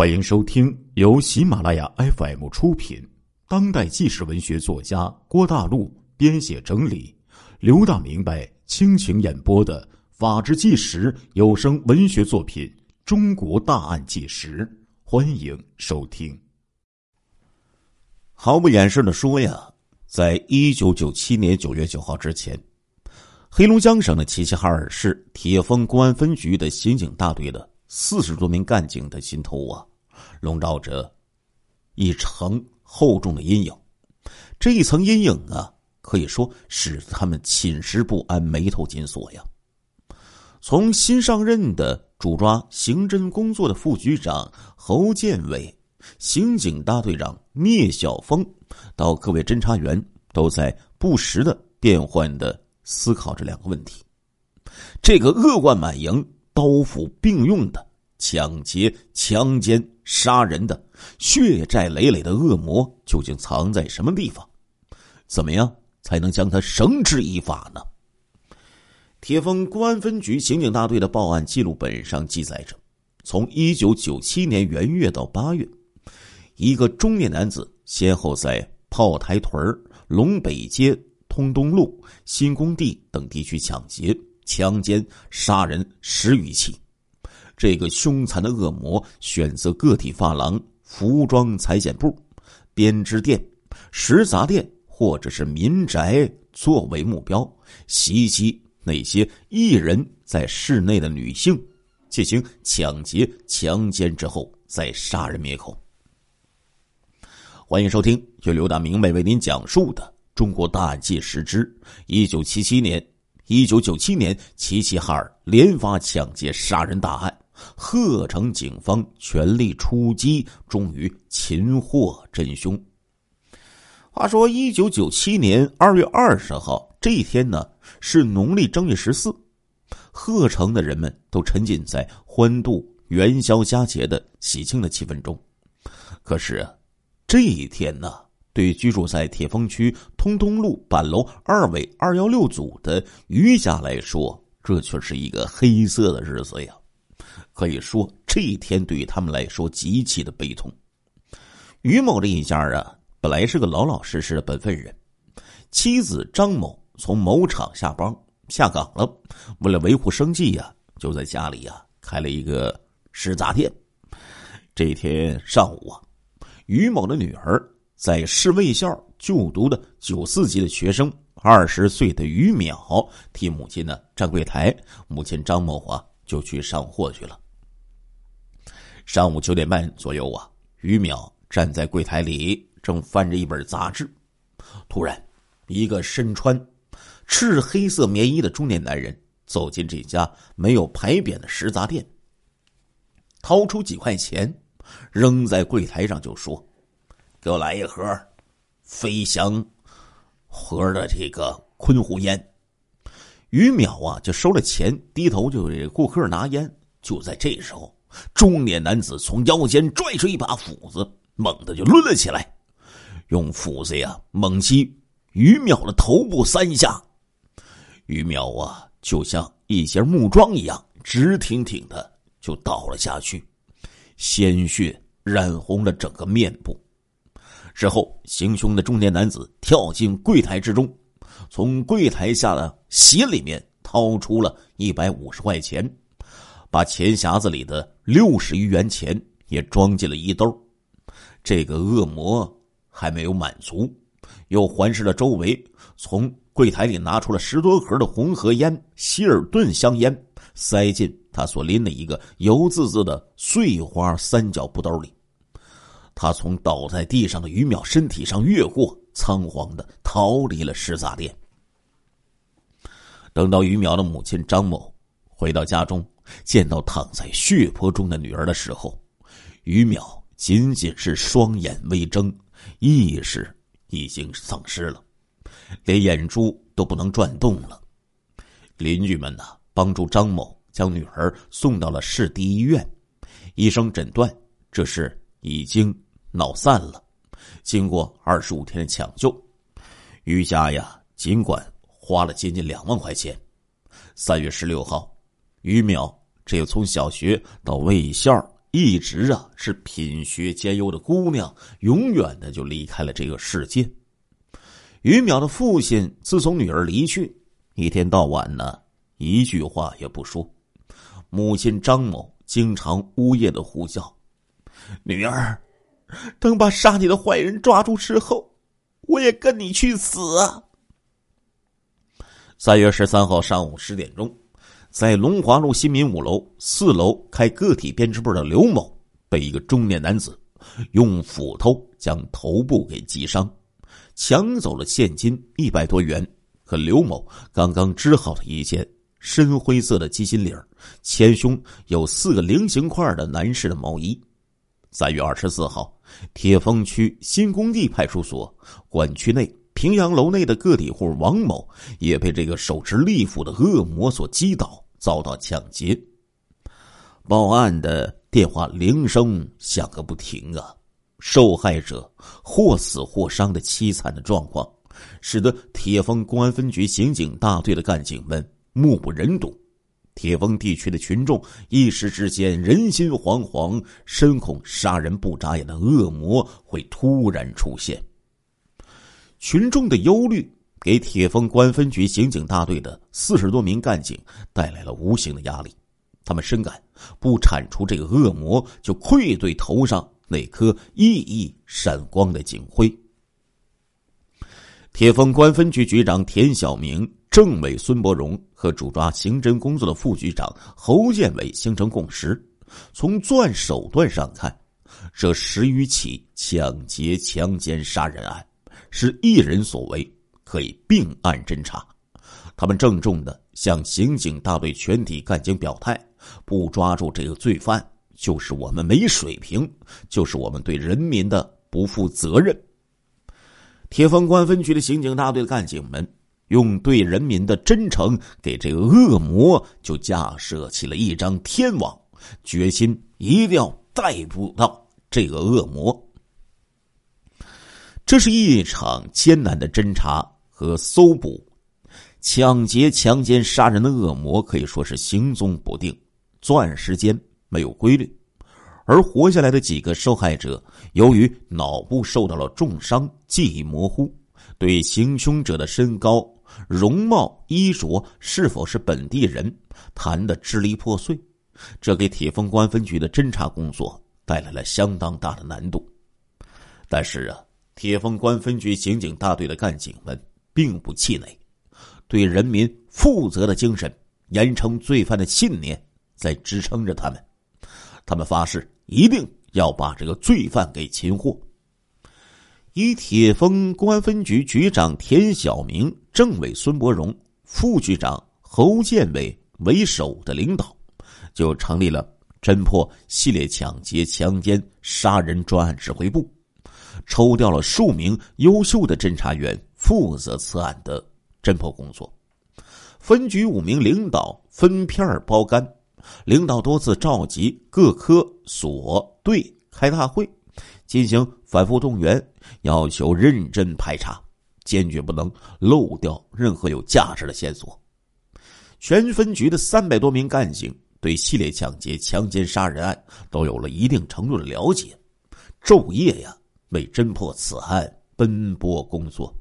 欢迎收听由喜马拉雅 FM 出品，当代纪实文学作家郭大陆编写整理，刘大明白倾情演播的法治纪实有声文学作品《中国大案纪实》，欢迎收听。 毫不掩饰地说呀，在1997年9月9号之前，黑龙江省的齐齐哈尔市铁峰公安分局的刑警大队的40多名干警的心头啊，笼罩着一层厚重的阴影。这一层阴影啊，可以说使他们寝食不安，眉头紧锁呀。从新上任的主抓刑侦工作的副局长侯建伟、刑警大队长聂晓峰，到各位侦查员，都在不时的变换的思考这两个问题：这个恶贯满盈、刀斧并用的抢劫、强奸、杀人的血债累累的恶魔究竟藏在什么地方？怎么样才能将他绳之以法呢？铁峰公安分局刑警大队的报案记录本上记载着，从1997年元月到8月，一个中年男子先后在炮台屯、龙北街、通东路、新工地等地区抢劫、强奸、杀人10余起。这个凶残的恶魔选择个体发廊、服装裁剪部、编织店、食杂店或者是民宅作为目标，袭击那些一人在室内的女性，进行抢劫、强奸之后再杀人灭口。欢迎收听由刘大明白为您讲述的中国大案纪实之1997年齐齐哈尔连发抢劫杀人大案，鹤城警方全力出击，终于擒获真凶。话说1997年2月20号这一天呢，是农历正月14，鹤城的人们都沉浸在欢度元宵佳节的喜庆的气氛中。可是这一天呢，对居住在铁峰区通东路板楼2委216组的于家来说，这却是一个黑色的日子呀。可以说这一天对于他们来说极其的悲痛。于某这一家啊，本来是个老老实实的本分人，妻子张某从某厂下岗了，为了维护生计呀，就在家里呀开了一个食杂店。这一天上午啊，于某的女儿在市卫校就读的94级的学生20岁的于淼替母亲呢站柜台，母亲张某啊就去上货去了。上午9点半左右啊，于淼站在柜台里正翻着一本杂志，突然一个身穿赤黑色棉衣的中年男人走进这家没有牌匾的食杂店，掏出几块钱扔在柜台上，就说：“给我来一盒飞翔盒的这个昆虎烟。”于淼啊就收了钱，低头就给顾客拿烟。就在这时候，中年男子从腰间拽出一把斧子，猛地就抡了起来，用斧子呀猛击于淼的头部3下。于淼啊就像一节木桩一样直挺挺的就倒了下去，鲜血染红了整个面部。之后行凶的中年男子跳进柜台之中，从柜台下的鞋里面掏出了150块钱，把钱匣子里的60余元钱也装进了衣兜。这个恶魔还没有满足，又环视了周围，从柜台里拿出了10多盒的红河烟、希尔顿香烟，塞进他所拎的一个油滋滋的碎花3角布兜里。他从倒在地上的于淼身体上越过，仓皇的逃离了食杂店。等到于淼的母亲张某回到家中，见到躺在血泊中的女儿的时候，于淼仅仅是双眼微睁，意识已经丧失了，连眼珠都不能转动了。邻居们帮助张某将女儿送到了市第一医院，医生诊断这是已经脑散了。经过25天的抢救，于家呀尽管花了接近2万块钱。3月16号，于淼这从小学到卫校一直是品学兼优的姑娘，永远的就离开了这个世界。于淼的父亲自从女儿离去，一天到晚呢一句话也不说。母亲张某经常呜咽的呼叫：“女儿，等把杀你的坏人抓住之后，我也跟你去死啊！”3月13号上午10点钟，在龙华路新民5楼4楼开个体编织部的刘某被一个中年男子用斧头将头部给击伤，抢走了现金100多元和刘某刚刚织好的一件深灰色的鸡心领，前胸有4个菱形块的男士的毛衣。3月24号，铁峰区新工地派出所管区内平阳楼内的个体户王某也被这个手持利斧的恶魔所击倒，遭到抢劫。报案的电话铃声响个不停啊！受害者或死或伤的凄惨的状况，使得铁峰公安分局刑警大队的干警们目不忍睹。铁峰地区的群众一时之间人心惶惶，深恐杀人不眨眼的恶魔会突然出现。群众的忧虑给铁峰公安分局刑警大队的40多名干警带来了无形的压力，他们深感不铲除这个恶魔，就愧对头上那颗熠熠闪光的警徽。铁峰公安分局局长田小明、政委孙伯荣和主抓刑侦工作的副局长侯建伟形成共识，从作案手段上看，这10余起抢劫、强奸、杀人案是一人所为，可以并案侦查。他们郑重地向刑警大队全体干警表态，不抓住这个罪犯，就是我们没水平，就是我们对人民的不负责任。铁峰公安分局的刑警大队的干警们用对人民的真诚，给这个恶魔就架设起了一张天网，决心一定要逮捕到这个恶魔。这是一场艰难的侦查和搜捕，抢劫、强奸、杀人的恶魔可以说是行踪不定，作案时间没有规律。而活下来的几个受害者，由于脑部受到了重伤，记忆模糊，对行凶者的身高、容貌、衣着是否是本地人谈得支离破碎，这给铁峰公安分局的侦查工作带来了相当大的难度。但是铁峰公安分局刑警大队的干警们并不气馁，对人民负责的精神、严惩罪犯的信念在支撑着他们。他们发誓一定要把这个罪犯给擒获。以铁峰公安分局局长田小明、政委孙伯荣、副局长侯建伟为首的领导，就成立了侦破系列抢劫、强奸、杀人专案指挥部，抽调了数名优秀的侦查员负责此案的侦破工作。分局5名领导分片包干，领导多次召集各科所队开大会，进行反复动员，要求认真排查，坚决不能漏掉任何有价值的线索。全分局的300多名干警对系列抢劫、强奸、杀人案都有了一定程度的了解，昼夜为侦破此案奔波工作。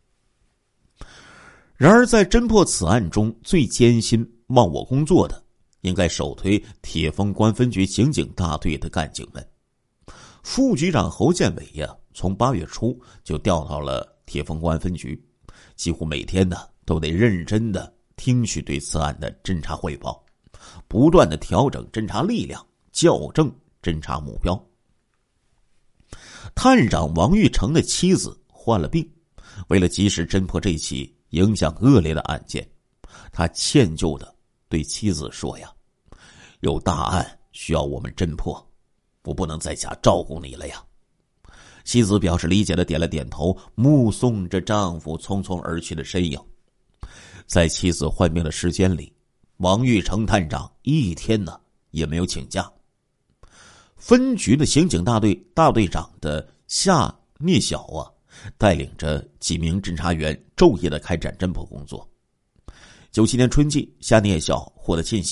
然而在侦破此案中，最艰辛忘我工作的应该首推铁峰公安分局刑警大队的干警们。副局长侯建伟从8月初就调到了铁峰公安分局，几乎每天都得认真的听取对此案的侦查汇报，不断的调整侦查力量，校正侦查目标。探长王玉成的妻子患了病，为了及时侦破这起影响恶劣的案件，他歉疚的对妻子说有大案需要我们侦破，我不能在家照顾你了呀。妻子表示理解的点了点头，目送着丈夫匆匆而去的身影。在妻子患病的时间里，王玉成探长一天也没有请假。分局的刑警大队大队长的夏聂晓带领着几名侦查员昼夜的开展侦破工作。97年春季，夏聂晓获得信息，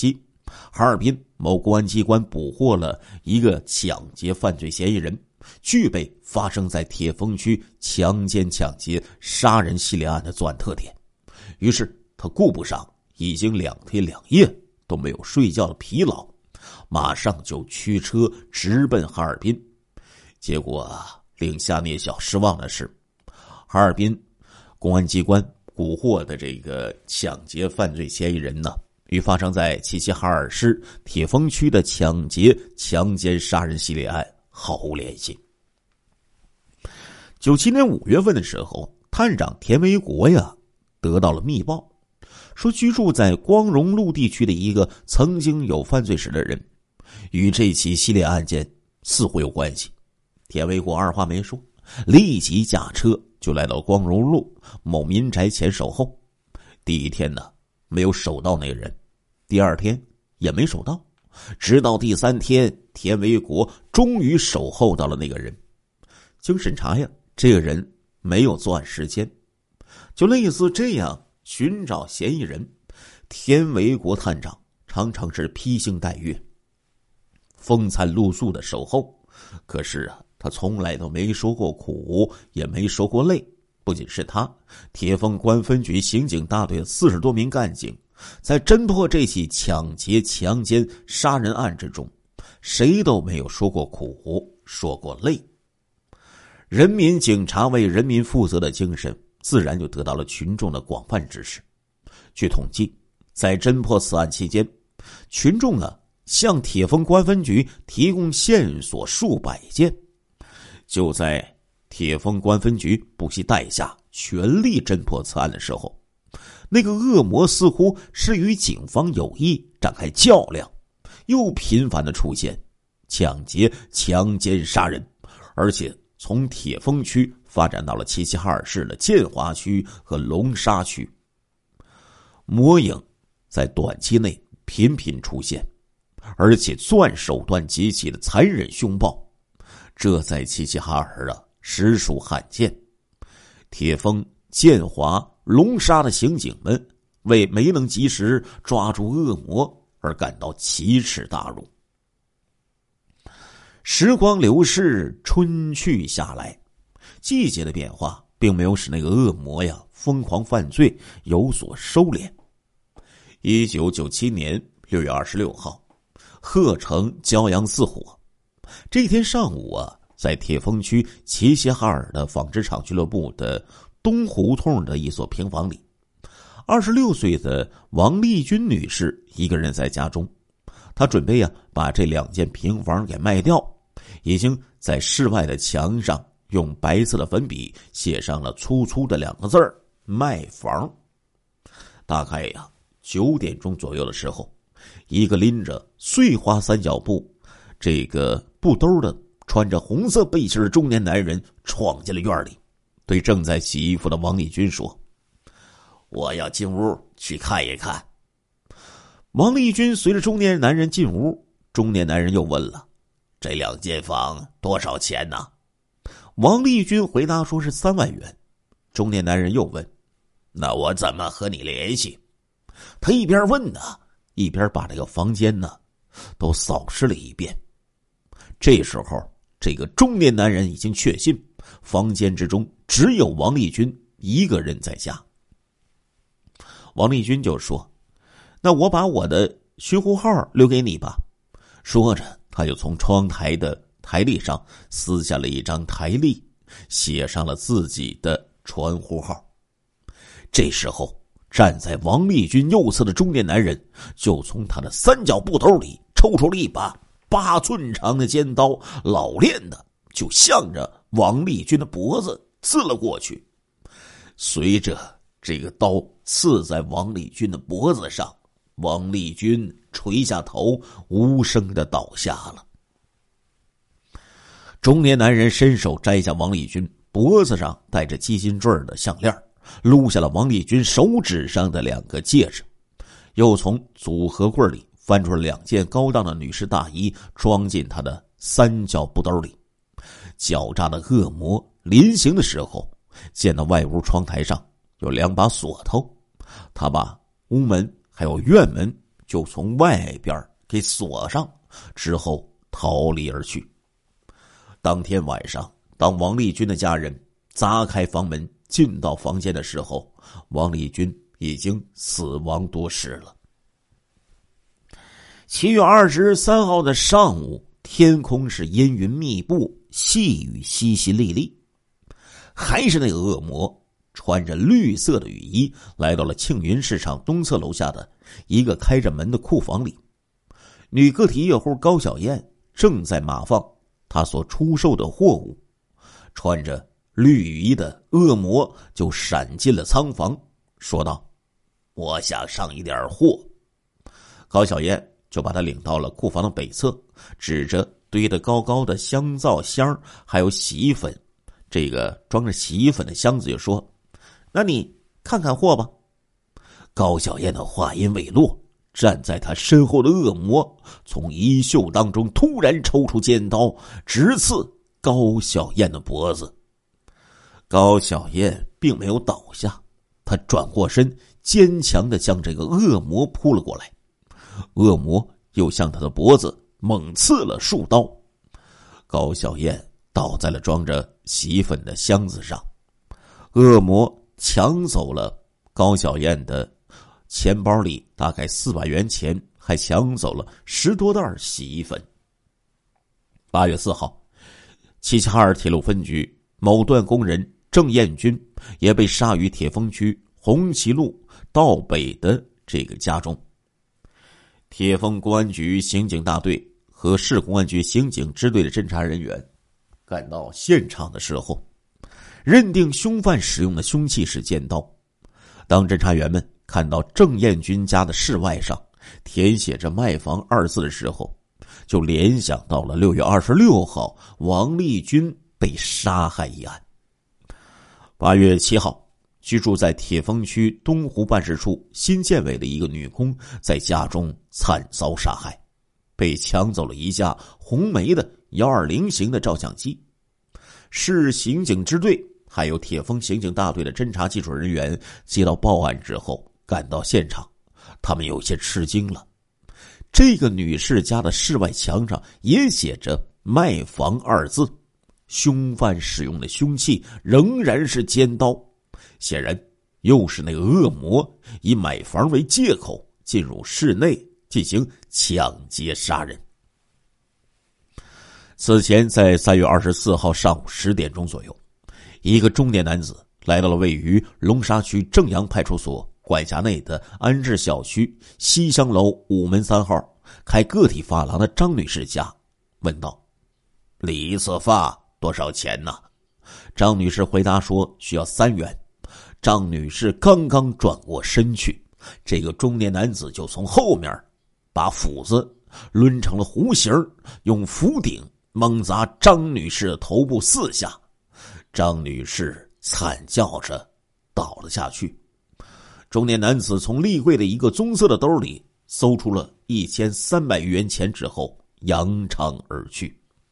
哈尔滨某公安机关捕获了一个抢劫犯罪嫌疑人，具备发生在铁峰区强奸、抢劫、杀人系列案的作案特点。于是他顾不上已经2天2夜都没有睡觉的疲劳，马上就驱车直奔哈尔滨。结果令夏聂小失望的是，哈尔滨公安机关捕获的这个抢劫犯罪嫌疑人呢，与发生在齐齐哈尔市铁峰区的抢劫、强奸、杀人系列案毫无联系。97年5月份的时候，探长田维国得到了密报，说居住在光荣路地区的一个曾经有犯罪史的人与这起系列案件似乎有关系。田维国二话没说，立即驾车就来到光荣路某民宅前守候。第一天呢，没有守到那个人，第二天也没守到，直到第3天，田维国终于守候到了那个人。经审查这个人没有作案时间。就类似这样寻找嫌疑人，田维国探长常常是披星戴月、风餐露宿的守候。可是他从来都没说过苦，也没说过累。不仅是他，铁峰公安分局刑警大队的40多名干警，在侦破这起抢劫、强奸、杀人案之中，谁都没有说过苦，说过累。人民警察为人民负责的精神，自然就得到了群众的广泛支持。据统计，在侦破此案期间，群众向铁峰公安分局提供线索数百件。就在铁峰公安分局不惜代价全力侦破此案的时候，那个恶魔似乎是与警方有意展开较量，又频繁的出现抢劫、强奸、杀人，而且从铁峰区发展到了齐齐哈尔市的建华区和龙沙区。魔影在短期内频频出现，而且作案手段极其的残忍凶暴，这在齐齐哈尔实属罕见。铁峰、建华、龙沙的刑警们为没能及时抓住恶魔而感到奇耻大辱。时光流逝，春去夏来，季节的变化并没有使那个恶魔疯狂犯罪有所收敛。1997年6月26号，鹤城骄阳似火。这天上午在铁峰区齐齐哈尔的纺织厂俱乐部的东胡同的一所平房里，26岁的王丽君女士一个人在家中。她准备把这2间平房给卖掉，已经在室外的墙上用白色的粉笔写上了粗粗的2个字儿：卖房。大概9点钟左右的时候，一个拎着碎花3角布这个布兜的穿着红色背心的中年男人闯进了院里，对正在洗衣服的王丽君说：我要进屋去看一看。王丽君随着中年男人进屋，中年男人又问了：这2间房多少钱呢？王丽君回答说是3万元。中年男人又问：那我怎么和你联系？他一边问一边把这个房间都扫视了一遍。这时候这个中年男人已经确信房间之中只有王丽君一个人在家。王丽君就说：那我把我的寻呼号留给你吧。说着他就从窗台的台历上撕下了一张台历，写上了自己的传呼号。这时候站在王丽君右侧的中年男人就从他的3角布兜里抽出了一把8寸长的尖刀，老练的就向着王丽君的脖子刺了过去。随着这个刀刺在王丽君的脖子上，王丽君垂下头，无声的倒下了。中年男人伸手摘下王丽君脖子上戴着鸡心坠的项链，撸下了王丽君手指上的2个戒指，又从组合柜里翻出了2件高档的女士大衣，装进他的3角布兜里。狡诈的恶魔临行的时候，见到外屋窗台上有2把锁头，他把屋门还有院门就从外边给锁上，之后逃离而去。当天晚上，当王立军的家人砸开房门进到房间的时候，王立军已经死亡多时了。7月23号的上午，天空是阴云密布，细雨淅淅沥沥。还是那个恶魔，穿着绿色的雨衣，来到了庆云市场东侧楼下的一个开着门的库房里。女个体业户高小燕正在码放她所出售的货物。穿着绿雨衣的恶魔就闪进了仓房，说道：“我想上一点货。”高小燕就把他领到了库房的北侧，指着堆得高高的香皂箱还有洗衣粉，这个装着洗衣粉的箱子，就说：“那你看看货吧。”高小燕的话音未落，站在他身后的恶魔从衣袖当中突然抽出尖刀，直刺高小燕的脖子。高小燕并没有倒下，她转过身，坚强地向这个恶魔扑了过来。恶魔又向她的脖子猛刺了数刀。高小燕倒在了装着洗衣粉的箱子上。恶魔抢走了高小燕的钱包里大概400元钱，还抢走了10多袋洗衣粉。8月4号，齐齐哈尔铁路分局某段工人郑彦军也被杀于铁峰区红旗路道北的这个家中。铁峰公安局刑警大队和市公安局刑警支队的侦查人员赶到现场的时候，认定凶犯使用的凶器是尖刀。当侦查员们看到郑彦军家的室外上填写着卖房2字的时候，就联想到了6月26号王立军被杀害一案。8月7号，居住在铁峰区东湖办事处新建委的一个女工在家中惨遭杀害，被抢走了一架红梅的120型的照相机。市刑警支队还有铁峰刑警大队的侦查技术人员接到报案之后赶到现场，他们有些吃惊了。这个女士家的室外墙上也写着卖房2字，凶犯使用的凶器仍然是尖刀，显然又是那个恶魔以买房为借口进入室内进行抢劫杀人。此前在3月24号上午10点钟左右，一个中年男子来到了位于龙沙区正阳派出所管辖内的安置小区西乡楼5门3号开个体发廊的张女士家，问道：“理一次发多少钱呢？”张女士回答说需要3元。张女士刚刚转过身去，这个中年男子就从后面把斧子抡成了弧形，用斧顶猛砸张女士的头部4下。张女士惨叫着倒了下去。中年男子从立柜的一个棕色的兜里搜出了1300余元钱之后扬长而去。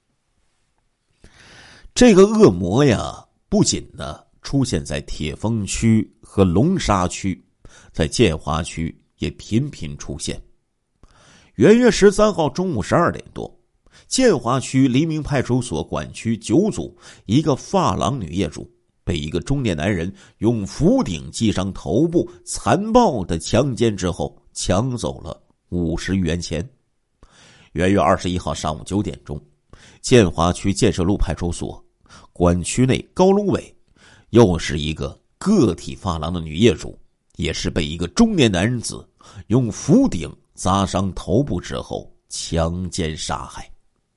这个恶魔呀，不仅呢出现在铁峰区和龙沙区，在建华区也频频出现。元月13号中午12点多，建华区黎明派出所管区9组一个发廊女业主被一个中年男人用斧顶击伤头部，残暴的强奸之后抢走了50余元钱。元月21号上午9点钟，建华区建设路派出所管区内高龙尾又是一个个体发廊的女业主，也是被一个中年男子用斧顶砸伤头部之后强奸杀害。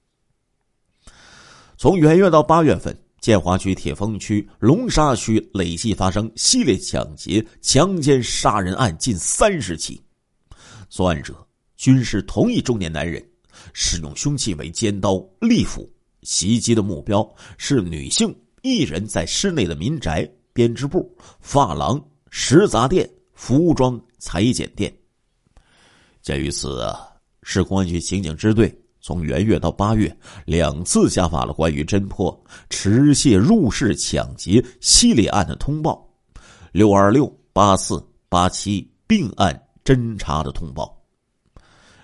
从元月到8月份，建华区、铁峰区、龙沙区累计发生系列抢劫、强奸、杀人案近30起，作案者均是同一中年男人，使用凶器为尖刀、利斧，袭击的目标是女性一人在室内的民宅、编织部、发廊、食杂店、服装裁剪店。鉴于此市公安局刑警支队从元月到8月2次下发了关于侦破持械入室抢劫系列案的通报，626、84、87并案侦查的通报。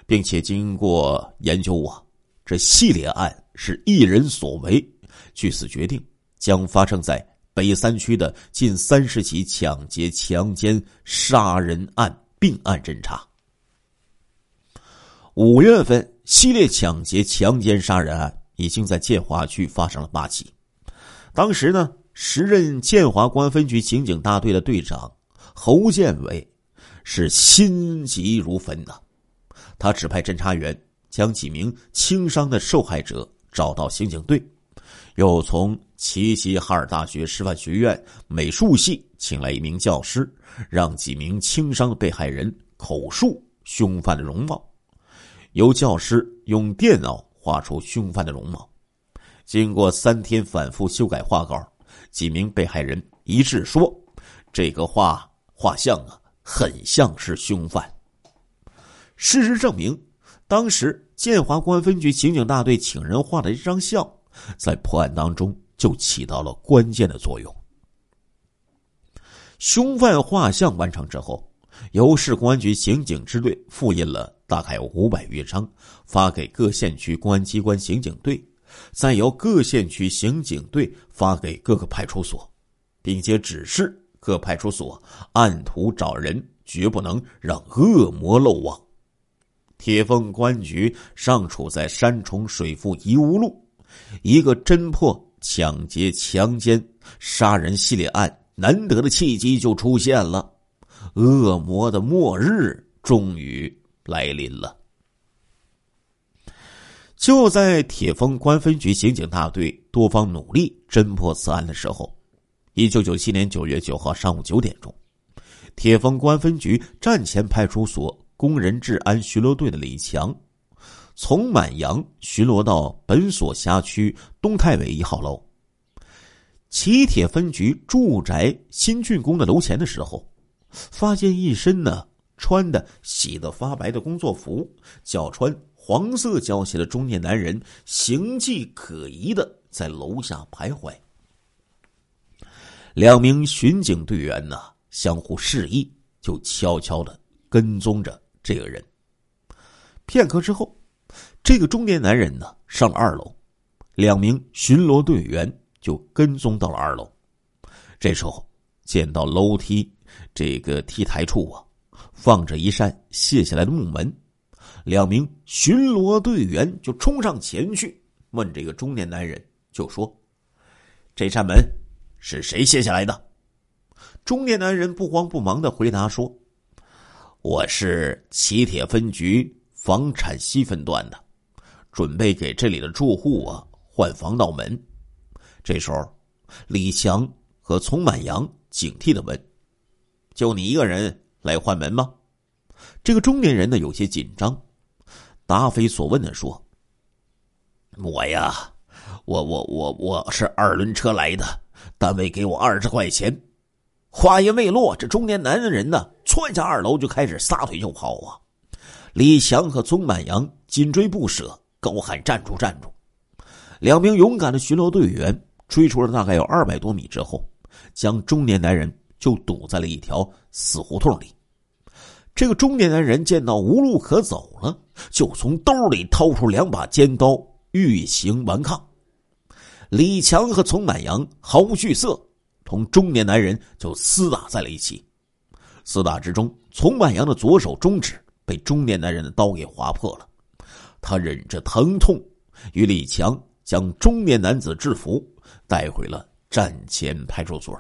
并且经过研究这系列案是一人所为，据此决定将发生在北三区的近30起抢劫、强奸、杀人案并案侦查。5月份，系列抢劫、强奸、杀人案已经在建华区发生了8起。当时呢，时任建华公安分局刑警大队的队长侯建伟是心急如焚呐。他指派侦查员将几名轻伤的受害者找到刑警队，又从齐齐哈尔大学师范学院美术系请来一名教师，让几名轻伤的被害人口述凶犯的容貌，由教师用电脑画出凶犯的容貌。经过3天反复修改画稿，几名被害人一致说，这个画像很像是凶犯。事实证明，当时建华公安分局刑警大队请人画的这张像，在破案当中就起到了关键的作用。凶犯画像完成之后，由市公安局刑警支队复印了大概有500余张，发给各县区公安机关刑警队，再由各县区刑警队发给各个派出所，并且指示各派出所按图找人，绝不能让恶魔漏网。铁凤公安局尚处在山重水复疑无路，一个侦破抢劫、强奸、杀人系列案难得的契机就出现了，恶魔的末日终于来临了。就在铁凤公安分局刑警大队多方努力侦破此案的时候，1997年9月9号上午9点钟，铁凤公安分局站前派出所工人治安巡逻队的李强从满阳巡逻到本所辖区东太委1号楼齐铁分局住宅新竣工的楼前的时候，发现一身穿的洗得发白的工作服，脚穿黄色胶鞋的中年男人形迹可疑的在楼下徘徊。2名巡警队员相互示意，就悄悄的跟踪着这个人。片刻之后，这个中年男人上了2楼，2名巡逻队员就跟踪到了2楼。这时候见到楼梯这个 T 台处放着一扇卸下来的木门，2名巡逻队员就冲上前去问这个中年男人，就说：“这扇门是谁卸下来的？”中年男人不慌不忙地回答说：“我是齐铁分局房产西分段的，准备给这里的住户换防盗门。”这时候，李强和丛满阳警惕地问：“就你一个人来换门吗？”这个中年人有些紧张，答非所问地说：“我是2轮车来的，单位给我20块钱。”话音未落，这中年男人窜下2楼就开始撒腿就跑李强和丛满阳紧追不舍，高喊：“站住站住！”2名勇敢的巡逻队员追出了大概有200多米之后，将中年男人就堵在了一条死胡同里。这个中年男人见到无路可走了，就从兜里掏出2把尖刀欲行顽抗。李强和丛满阳毫无惧色，同中年男人就厮打在了一起。厮打之中，丛满阳的左手中指被中年男人的刀给划破了，他忍着疼痛与李强将中年男子制服，带回了站前派出所。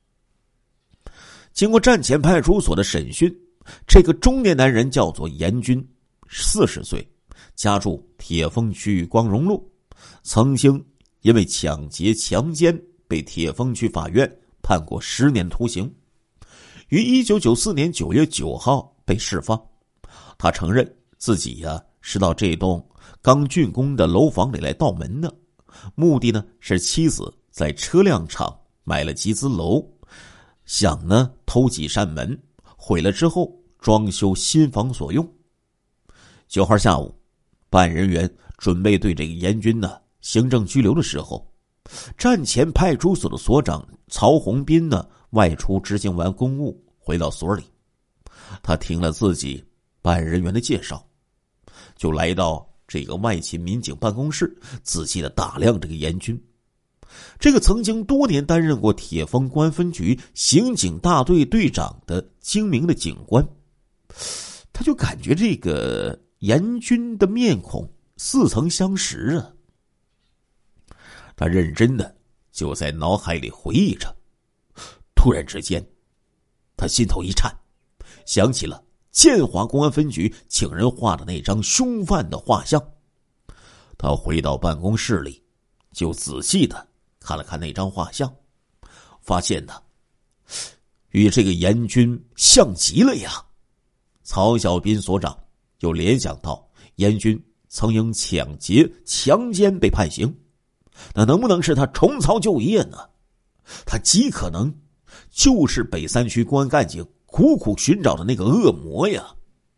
经过站前派出所的审讯，这个中年男人叫做严军，40岁，家住铁峰区光荣路，曾经因为抢劫强奸被铁峰区法院判过10年徒刑，于1994年9月9号被释放。他承认自己是到这栋刚竣工的楼房里来盗门的，目的是妻子在车辆厂买了几层楼，想偷几扇门，毁了之后装修新房所用。9号下午，办案人员准备对这个严军行政拘留的时候，站前派出所的所长曹洪斌外出执行完公务回到所里，他听了自己办案人员的介绍， 就来到这个外勤民警办公室，仔细的打量这个严军。这个曾经多年担任过铁峰公安分局刑警大队队长的精明的警官，他就感觉这个严军的面孔似曾相识啊。他认真的就在脑海里回忆着，突然之间他心头一颤，想起了建华公安分局请人画的那张凶犯的画像。他回到办公室里，就仔细的看了看那张画像，发现呢，与这个严军像极了呀。曹小斌所长又联想到严军曾因抢劫、强奸被判刑，那能不能是他重操旧业呢？他极可能就是北三区公安干警苦苦寻找的那个恶魔呀。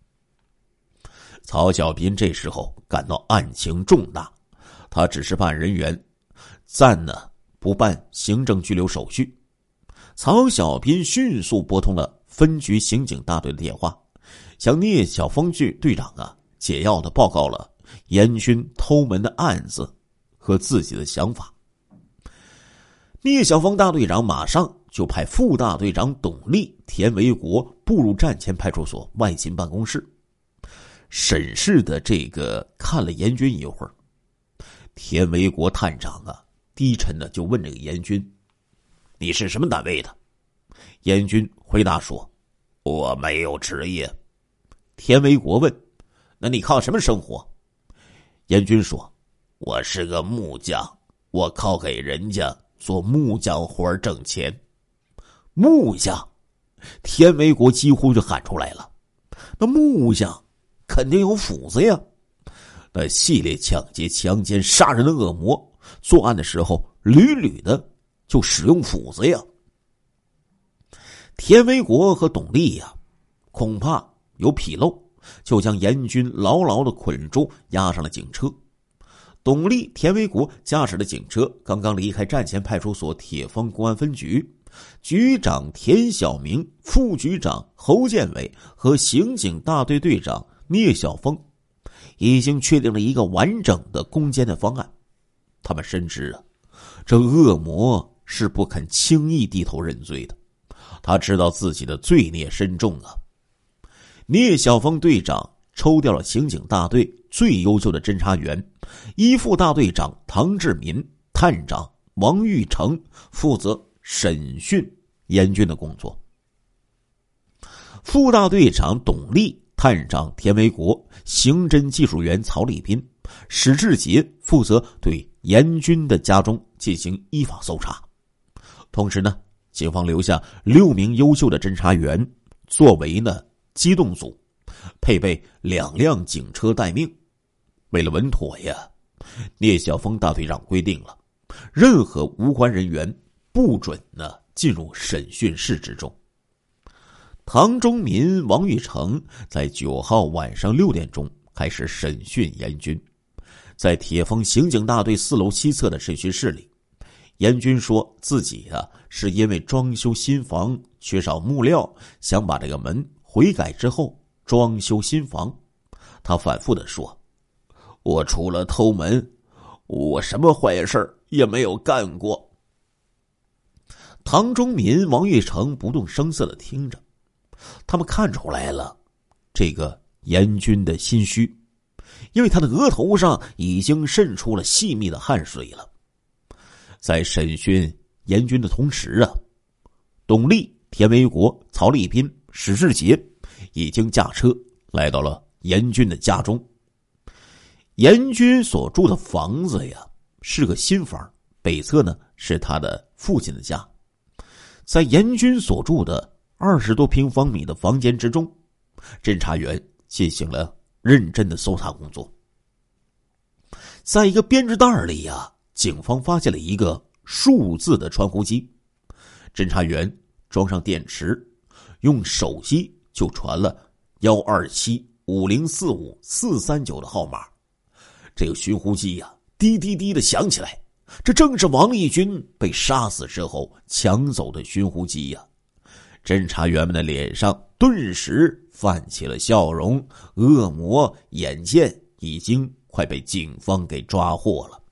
曹小斌这时候感到案情重大，他指示办案人员暂不办行政拘留手续。曹小斌迅速拨通了分局刑警大队的电话，向聂小峰队长简要的报告了严军偷门的案子和自己的想法。聂小峰大队长马上就派副大队长董力、田维国步入站前派出所外勤办公室。审视的这个看了严军一会儿，田维国探长低沉的就问这个严军：“你是什么单位的？”严军回答说：“我没有职业。”田维国问：“那你靠什么生活？”严军说：“我是个木匠，我靠给人家做木匠活挣钱。”木匠，田维国几乎就喊出来了。那木匠肯定有斧子呀，那系列抢劫、强奸、杀人的恶魔作案的时候屡屡的就使用斧子呀。田维国和董力恐怕有纰漏，就将严军牢牢的捆住，押上了警车。董力、田维国驾驶的警车刚刚离开站前派出所铁峰公安分局，局长田小明、副局长侯建伟和刑警大队队长聂小峰已经确定了一个完整的攻坚的方案。他们深知这恶魔是不肯轻易低头认罪的，他知道自己的罪孽深重啊。聂小峰队长抽调了刑警大队最优秀的侦查员，一副大队长唐志民、探长王玉成负责审讯严军的工作。副大队长董力、探长田维国、刑侦技术员曹立斌、史志杰负责对严军的家中进行依法搜查。同时呢，警方留下6名优秀的侦查员作为机动组，配备2辆警车待命。为了稳妥呀，聂小峰大队长规定了，任何无关人员不准进入审讯室之中。唐忠民、王玉成在9号晚上6点钟开始审讯严军。在铁峰刑警大队4楼西侧的审讯室里，严军说自己是因为装修新房缺少木料，想把这个门悔改之后装修新房。他反复地说：“我除了偷门，我什么坏事也没有干过。”唐忠民、王玉成不动声色地听着，他们看出来了这个严军的心虚，因为他的额头上已经渗出了细密的汗水了。在审讯严军的同时董力、田维国、曹立斌、史志杰已经驾车来到了严军的家中。严军所住的房子是个新房，北侧是他的父亲的家。在严军所住的20多平方米的房间之中，侦查员进行了认真的搜查工作。在一个编织袋里警方发现了一个数字的传呼机。侦查员装上电池，用手机就传了127-5045-439的号码。这个寻呼机滴滴滴的响起来，这正是王立军被杀死之后抢走的寻呼机侦查员们的脸上顿时泛起了笑容，恶魔眼见已经快被警方给抓获了。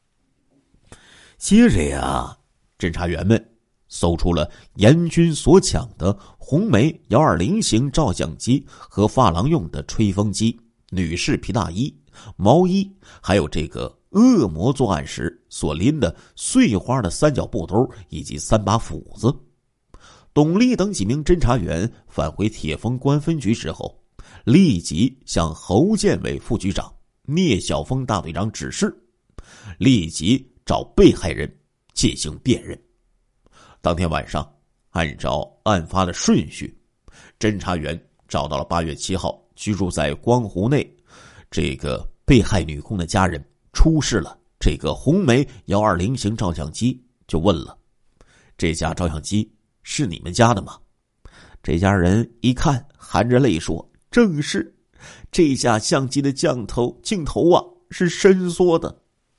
接着呀，侦查员们搜出了严军所抢的红梅120型照相机和发廊用的吹风机、女士皮大衣、毛衣，还有这个恶魔作案时所拎的碎花的三角布兜以及3把斧子。董丽等几名侦查员返回铁峰公安分局之后，立即向侯建伟副局长、聂晓峰大队长指示，立即找被害人进行辨认。当天晚上，按照案发的顺序，侦查员找到了8月7号居住在光湖内这个被害女工的家人，出示了这个红梅120型照相机，就问了：这架照相机是你们家的吗？这家人一看，含着泪说：正是。这架相机的镜头啊是伸缩的。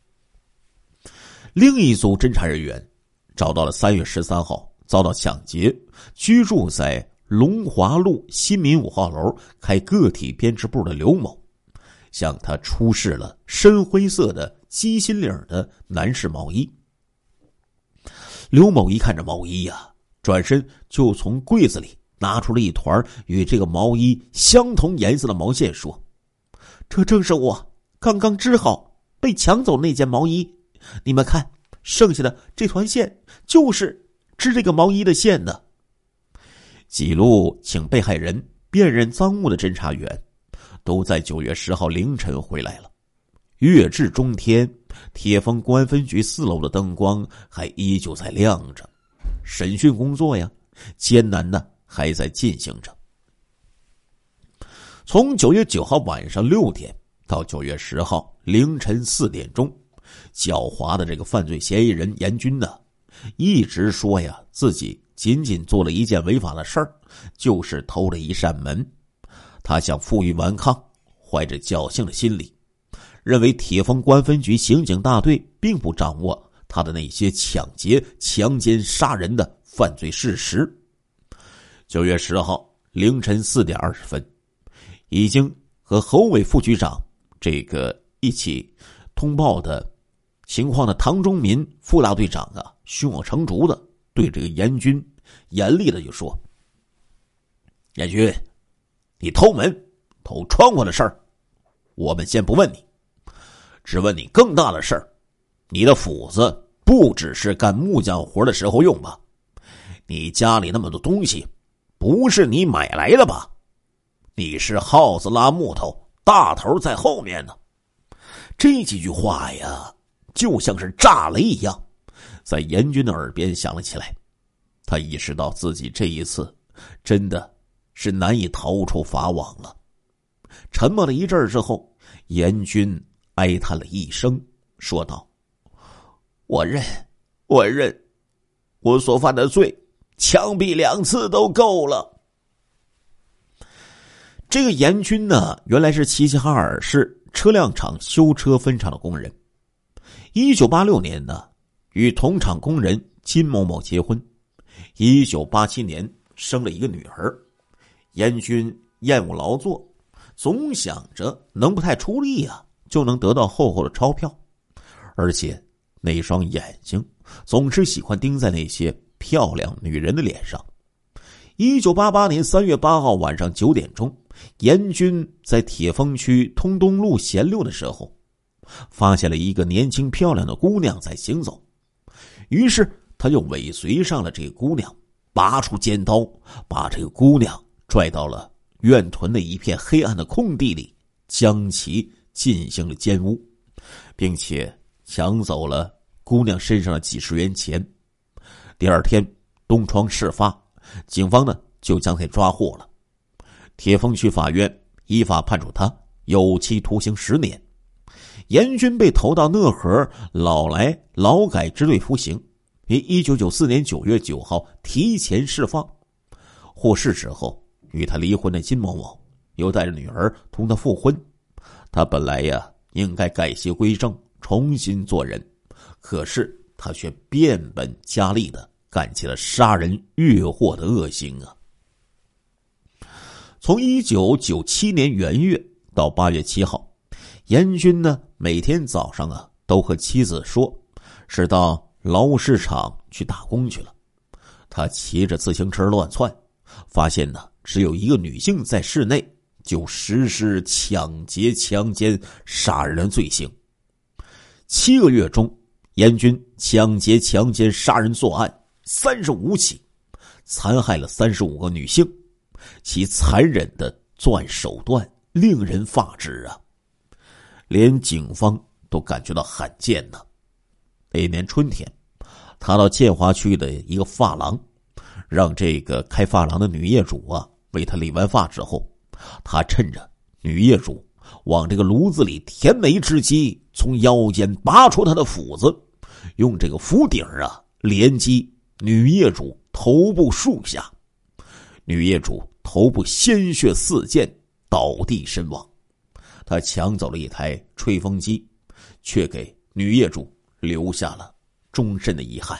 另一组侦查人员找到了3月13号遭到抢劫，居住在龙华路新民5号楼开个体编织部的刘某，向他出示了深灰色的鸡心领的男士毛衣。刘某一看这毛衣呀，转身就从柜子里拿出了一团与这个毛衣相同颜色的毛线，说：这正是我刚刚织好被抢走那件毛衣，你们看，剩下的这团线就是织这个毛衣的线的。几路请被害人辨认赃物的侦查员都在9月10号凌晨回来了。月至中天，铁峰公安分局4楼的灯光还依旧在亮着，审讯工作呀，艰难的还在进行着。从9月9号晚上6点到9月10号凌晨4点钟，狡猾的这个犯罪嫌疑人严军呢，一直说呀，自己仅仅做了一件违法的事儿，就是偷了一扇门。他想负隅顽抗，怀着侥幸的心理，认为铁峰公安分局刑警大队并不掌握他的那些抢劫、强奸、杀人的犯罪事实。9月10号凌晨4点20分，已经和侯伟副局长这个一起通报的情况的唐忠民副大队长啊，胸有成竹的对这个严军严厉的就说：严军，你偷门偷窗户的事儿我们先不问你，只问你更大的事儿，你的斧子不只是干木匠活的时候用吧？你家里那么多东西不是你买来的吧？你是耗子拉木头，大头在后面呢。这几句话呀，就像是炸雷一样，在严军的耳边响了起来。他意识到自己这一次真的是难以逃出法网了。沉默了一阵之后，严军哀叹了一声，说道：我认，我所犯的罪枪毙2次都够了。这个严军呢，原来是齐齐哈尔市车辆厂修车分厂的工人。1986年呢，与同厂工人金某某结婚。1987年生了一个女儿。严军厌恶劳作，总想着能不太出力啊，就能得到厚厚的钞票。而且那一双眼睛总是喜欢盯在那些漂亮女人的脸上。1988年3月8号晚上9点钟，严军在铁峰区通东路闲溜的时候，发现了一个年轻漂亮的姑娘在行走，于是他就尾随上了这个姑娘，拔出尖刀，把这个姑娘拽到了院屯的一片黑暗的空地里，将其进行了奸污，并且抢走了姑娘身上的几十元钱。第二天东窗事发，警方呢就将他抓获了。铁峰区法院依法判处他有期徒刑10年。严军被投到讷河劳改支队服刑，于1994年9月9号提前释放。获释之后，与他离婚的金某某又带着女儿同他复婚。他本来呀应该改邪归正，重新做人，可是他却变本加厉的干起了杀人越货的恶行啊！从1997年元月到8月7号， 严军呢，每天早上都和妻子说是到劳务市场去打工去了。他骑着自行车乱窜，发现只有一个女性在室内，就实施抢劫、强奸、杀人的罪行。7个月中，严军抢劫、强奸、杀人作案35起，残害了35个女性，其残忍的作案手段令人发指啊！连警方都感觉到罕见呢。那年春天，他到建华区的一个发廊，让这个开发廊的女业主为他理完发之后，他趁着女业主往这个炉子里填煤之机，从腰间拔出他的斧子，用这个斧顶连击女业主头部数下，女业主头部鲜血四溅，倒地身亡。他抢走了一台吹风机，却给女业主留下了终身的遗憾。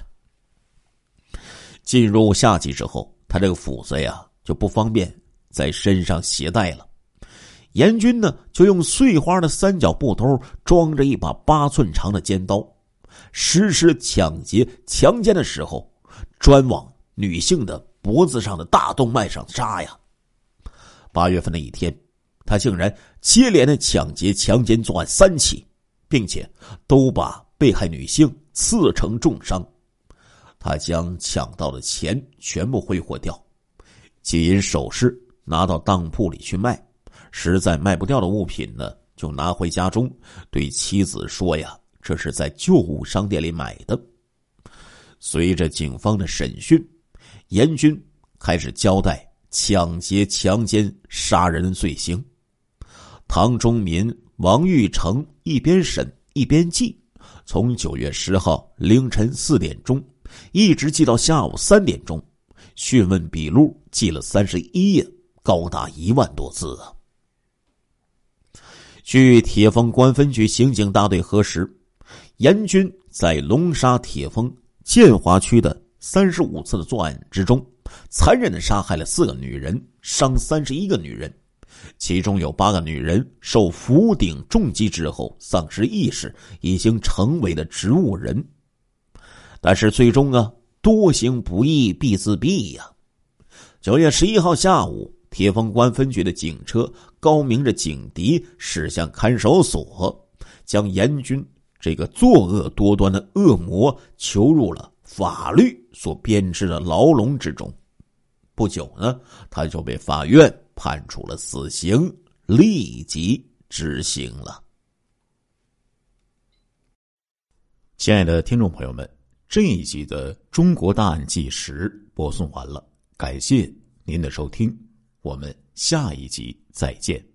进入夏季之后，他这个斧子就不方便在身上携带了。严军呢，就用碎花的三角布兜装着一把8寸长的尖刀，实施抢劫、强奸的时候，专往女性的脖子上的大动脉上扎呀。8月份的一天，他竟然接连的抢劫、强奸作案3起，并且都把被害女性刺成重伤。他将抢到的钱全部挥霍掉，金银首饰拿到当铺里去卖，实在卖不掉的物品呢，就拿回家中，对妻子说这是在旧物商店里买的。随着警方的审讯，严军开始交代抢劫、强奸、杀人的罪行。唐忠民、王玉成一边审一边记，从9月10号凌晨4点钟一直记到下午3点钟，讯问笔录记了31页，高达1万多字啊。据铁峰公安分局刑警大队核实，严军在龙沙、铁峰、建华区的35次的作案之中，残忍地杀害了4个女人，伤31个女人，其中有8个女人受斧顶重击之后丧失意识，已经成为了植物人。但是最终多行不义必自毙呀。9月11号下午，铁峰公安分局的警车高鸣着警笛驶向看守所，将严军这个作恶多端的恶魔囚入了法律所编织的牢笼之中。不久呢，他就被法院判处了死刑，立即执行了。 亲爱的听众朋友们，这一集的中国大案纪实播送完了，感谢您的收听，我们下一集再见。